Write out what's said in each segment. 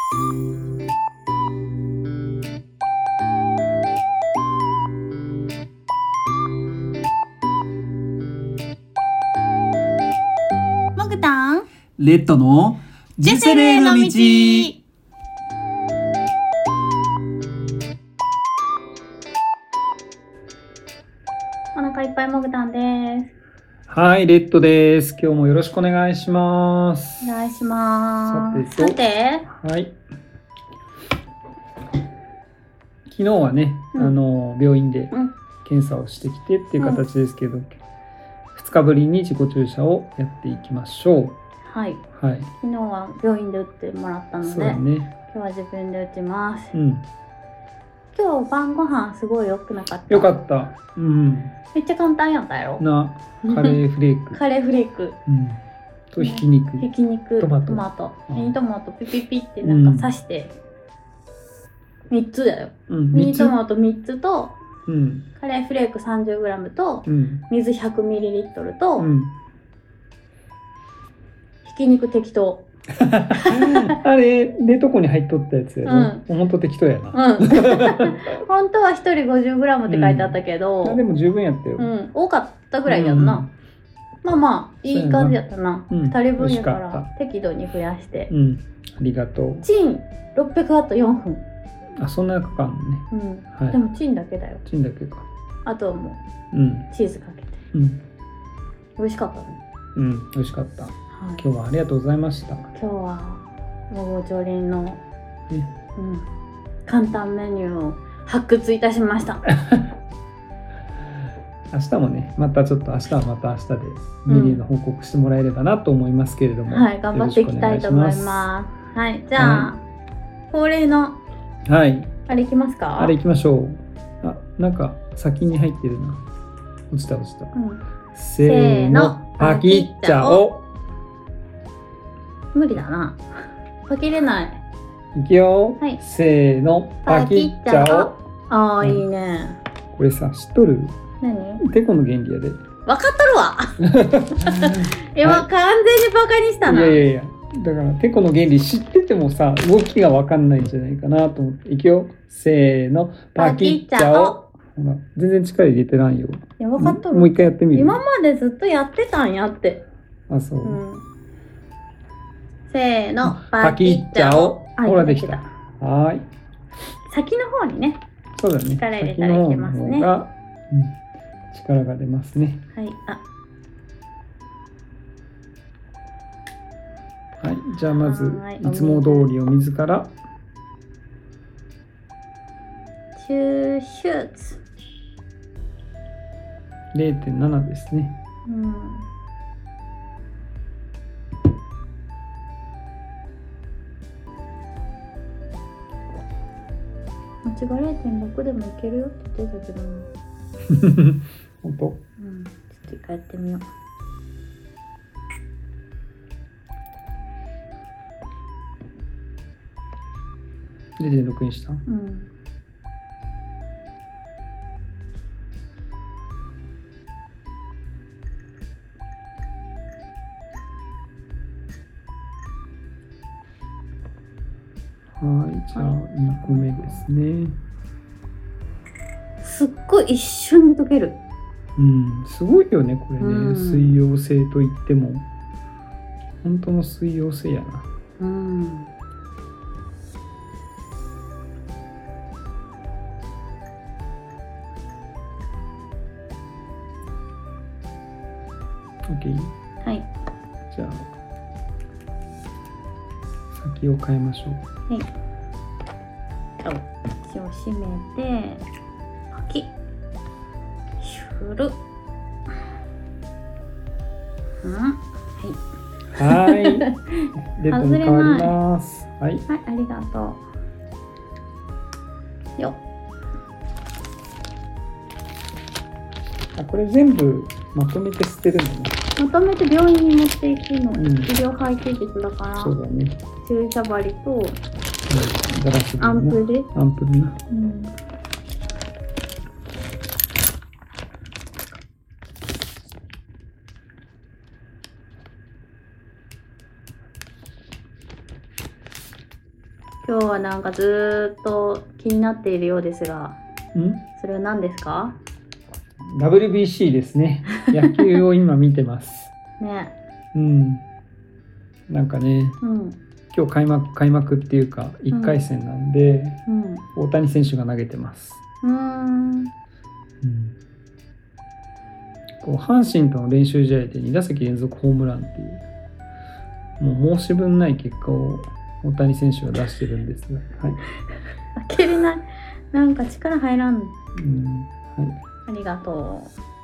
もぐたんレッドのジェセルへの道。お腹いっぱいもぐたんです。 はい、レッドです。今日もよろしくお願いします。 お願いします。 さてはい。昨日はね、病院で検査をしてきてっていう形ですけど、2日ぶりに自己注射をやっていきましょう。 はい。 はい。 昨日は病院で打ってもらったので、 そうだね。 今日は自分で打ちます。 うん。 今日晩ご飯すごい良くなかった？ よかった。うん。 めっちゃ簡単やったやろ。 カレーフレーク。 カレーフレーク。 うん。とひき肉。 ひき肉。 トマト。 ミニトマトピピピってなんか刺して。3つだよ。ミニトマト3つと、カレーフレーク 30g と、水 100ml と、ひき肉適当。 あれ冷凍庫に入っとったやつやろ。ほんと適当やな。 本当は1人 50g って書いてあったけど、 でも十分やったよ。 多かったぐらいやんな。まあいい感じやったな。2人分やから適度に増やして。 ありがとう。 チン600ワット4分。 あ、そんなかかんのね。 でもチンだけだよ。 チンだけか。 あとはもうチーズかけて。美味しかったね。 美味しかった。今日はありがとうございました。 今日はごぼうりんの簡単メニューを発掘いたしました。 明日もね、またちょっと明日はまた明日でメニューの報告してもらえればなと思いますけれども、 はい、頑張っていきたいと思います。はい、じゃあ恒例のあれいきますか？ あれいきましょう。あ、なんか先に入ってるな。落ちた。せーの、パキッチャオ。 無理だな。パキれない。 いくよ。せーの、パキッチャオ。 ああ、いいね。 これさ、知っとる？ 何？ てこの原理やで。 わかっとるわ。今完全にバカにしたな。 いや。だからてこの原理知っててもさ、動きがわかんないんじゃないかなと思って。いくよ。せーの、パキッチャオ。全然力入れてないよ。 いや、わかっとる。 もう一回やってみる。 今までずっとやってたんやって。 あ、そう。 せーの、パキッチャオ。 ほらできた。はい。 先の方にね。 そうだね。 力入れたらいけますね。 力が出ますね。 はい。 はい。じゃあまずいつも通りお水から。 シューツ。 0.7 ですね。 間違い 0.6 でもいけるよって言ってたけどな。 本当？ ちょっと一回やってみよう。 0.6 にした？はい、じゃあ2個目ですね。 すっごい一瞬に溶ける。 すごいよねこれね。水溶性といっても本当の水溶性やな。OK？ はい。 じゃあ先を変えましょう。 はい。口を閉めて、吐き、シュル。 はい。レッドに変わります。はい。 はい、ありがとう。よ。 これ全部まとめて捨てるのね。 まとめて病院に持っていくの。医療廃棄物だから。 そうだね。 注射針とガラスアンプル。 アンプルな。 今日はなんかずっと気になっているようですが、それは何ですか？ WBC ですね。野球を今見てます。 ね。 なんかね、今日開幕っていうか1回戦なんで、大谷選手が投げてます。こう阪神との練習試合で2打席連続ホームランっていうもう申し分ない結果を大谷選手は出してるんですが、 開けれない。なんか力入らん。ありがとう。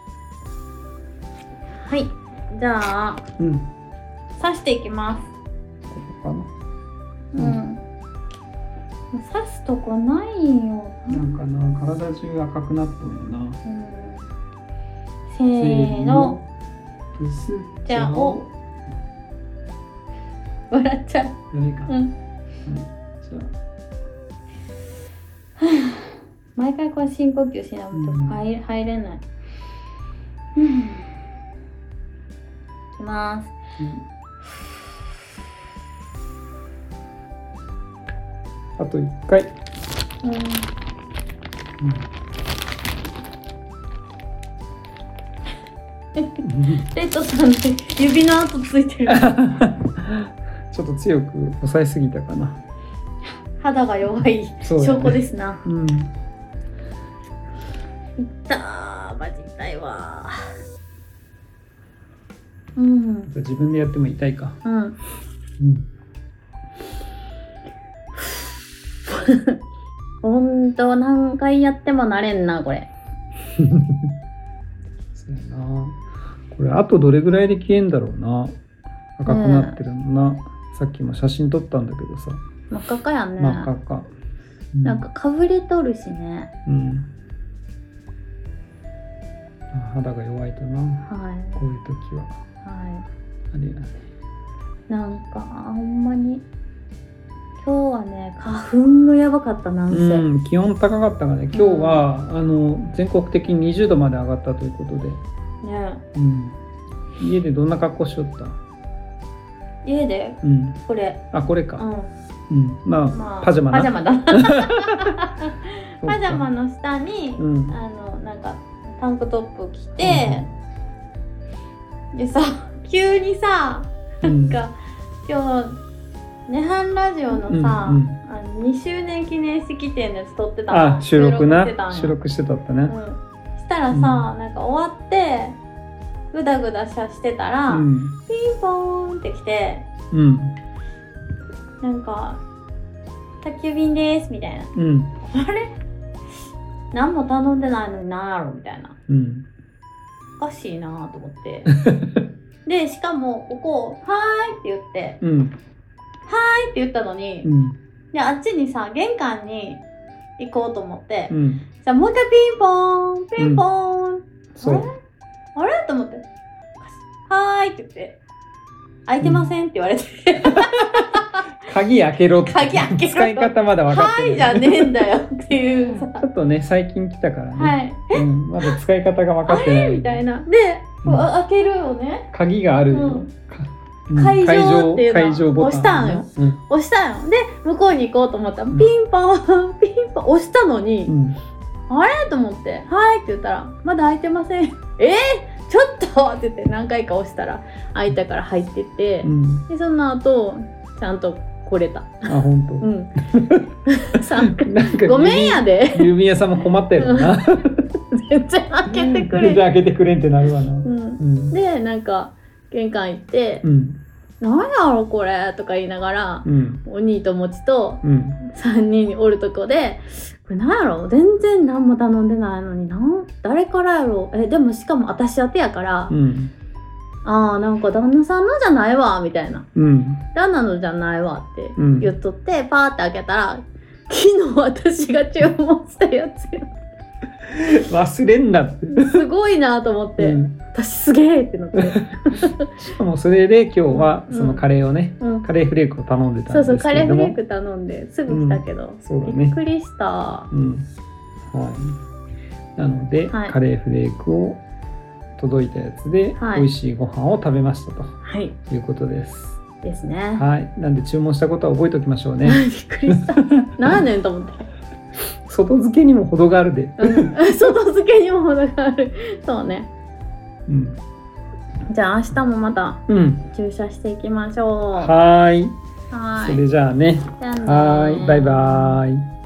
はい、じゃあ、刺していきます。 ここかな。 刺すとこないよ。 なんかな、体中赤くなったのよな。 せーの。 じゃあ笑っちゃう。 ダメか。じゃあ。毎回これ深呼吸しないと入れない。いきます。 あと1回。 レッドさんで指の跡ついてる。 ちょっと強く押さえすぎたかな。 肌が弱い証拠ですな。いったー、マジ痛いわー。 自分でやっても痛いか。 ほんと何回やっても慣れんなこれ。 そうやな。これあとどれぐらいで消えんだろうな。赤くなってるのな。さっきも写真撮ったんだけどさ。 真っ赤かやね。 真っ赤か。 なんかかぶれとるしね。 肌が弱いとな。こういう時は。あれやね。 なんかほんまに今日はね花粉がやばかったなんせ。 気温高かったからね。今日は全国的に20度まで上がったということで。家でどんな格好しよった？ 家で？これ。 これか。まあパジャマな。 パジャマだ。パジャマの下になんかタンクトップ着て、でさ急にさなんか今日ネハンラジオのさ2周年記念式典のやつ撮ってたの。 収録してたったね。 したらさなんか終わってグダグダしてたらピンポーンって来て。なんか宅急便ですみたいな。あれ何も頼んでないのになんやろみたいな。おかしいなと思ってでしかもここ「はーい」って言って「はーい」って言ったのに、であっちにさ玄関に行こうと思って、じゃあもう一回ピンポーンピンポーン、あれと思って「はーい」って言って「開いてません」って言われて鍵開けろって。 鍵開けろ。 使い方まだ分かってない。 はいじゃねえんだよっていうさ。 ちょっとね最近来たからね。まだ使い方が分かってない。 みたいな。で、開けるよね。 鍵があるよ。 解錠っていうのを押したのよ。押したの。で向こうに行こうと思ったらピンポンピンポン押したのに、あれと思って「はい」って言ったら「まだ開いてません」ちょっとって言って何回か押したら開いたから入ってて、でその後ちゃんと来れた。 本当。 ごめんやで。 郵便屋さんも困ったよな。 全然開けてくれん。 全然開けてくれんってなるわな。 でなんか玄関行って「なんやろこれ」とか言いながらお兄ともちと3人おるとこで「これなんやろ全然何も頼んでないのに誰からやろでもしかも私宛てやからなんか旦那さんのじゃないわ」みたいな「旦那のじゃないわ」って言っとってパーって開けたら昨日私が注文したやつよ。 忘れんなってすごいなと思って、私すげえってなってしかもそれで今日はそのカレーをね、カレーフレークを頼んでたんですけども、 カレーフレーク頼んですぐ来たけど、びっくりした。 なので、カレーフレークを届いたやつで美味しいご飯を食べましたということです。 ですね。 はい。なんで注文したことは覚えておきましょうね。 びっくりした。何やねんと思って。 外付けにも程があるで。 外付けにも程がある。そうね。 うん。 じゃあ明日もまた注射していきましょう。 はい。 はい。 それじゃあね。 じゃあね。 はい。バイバイ。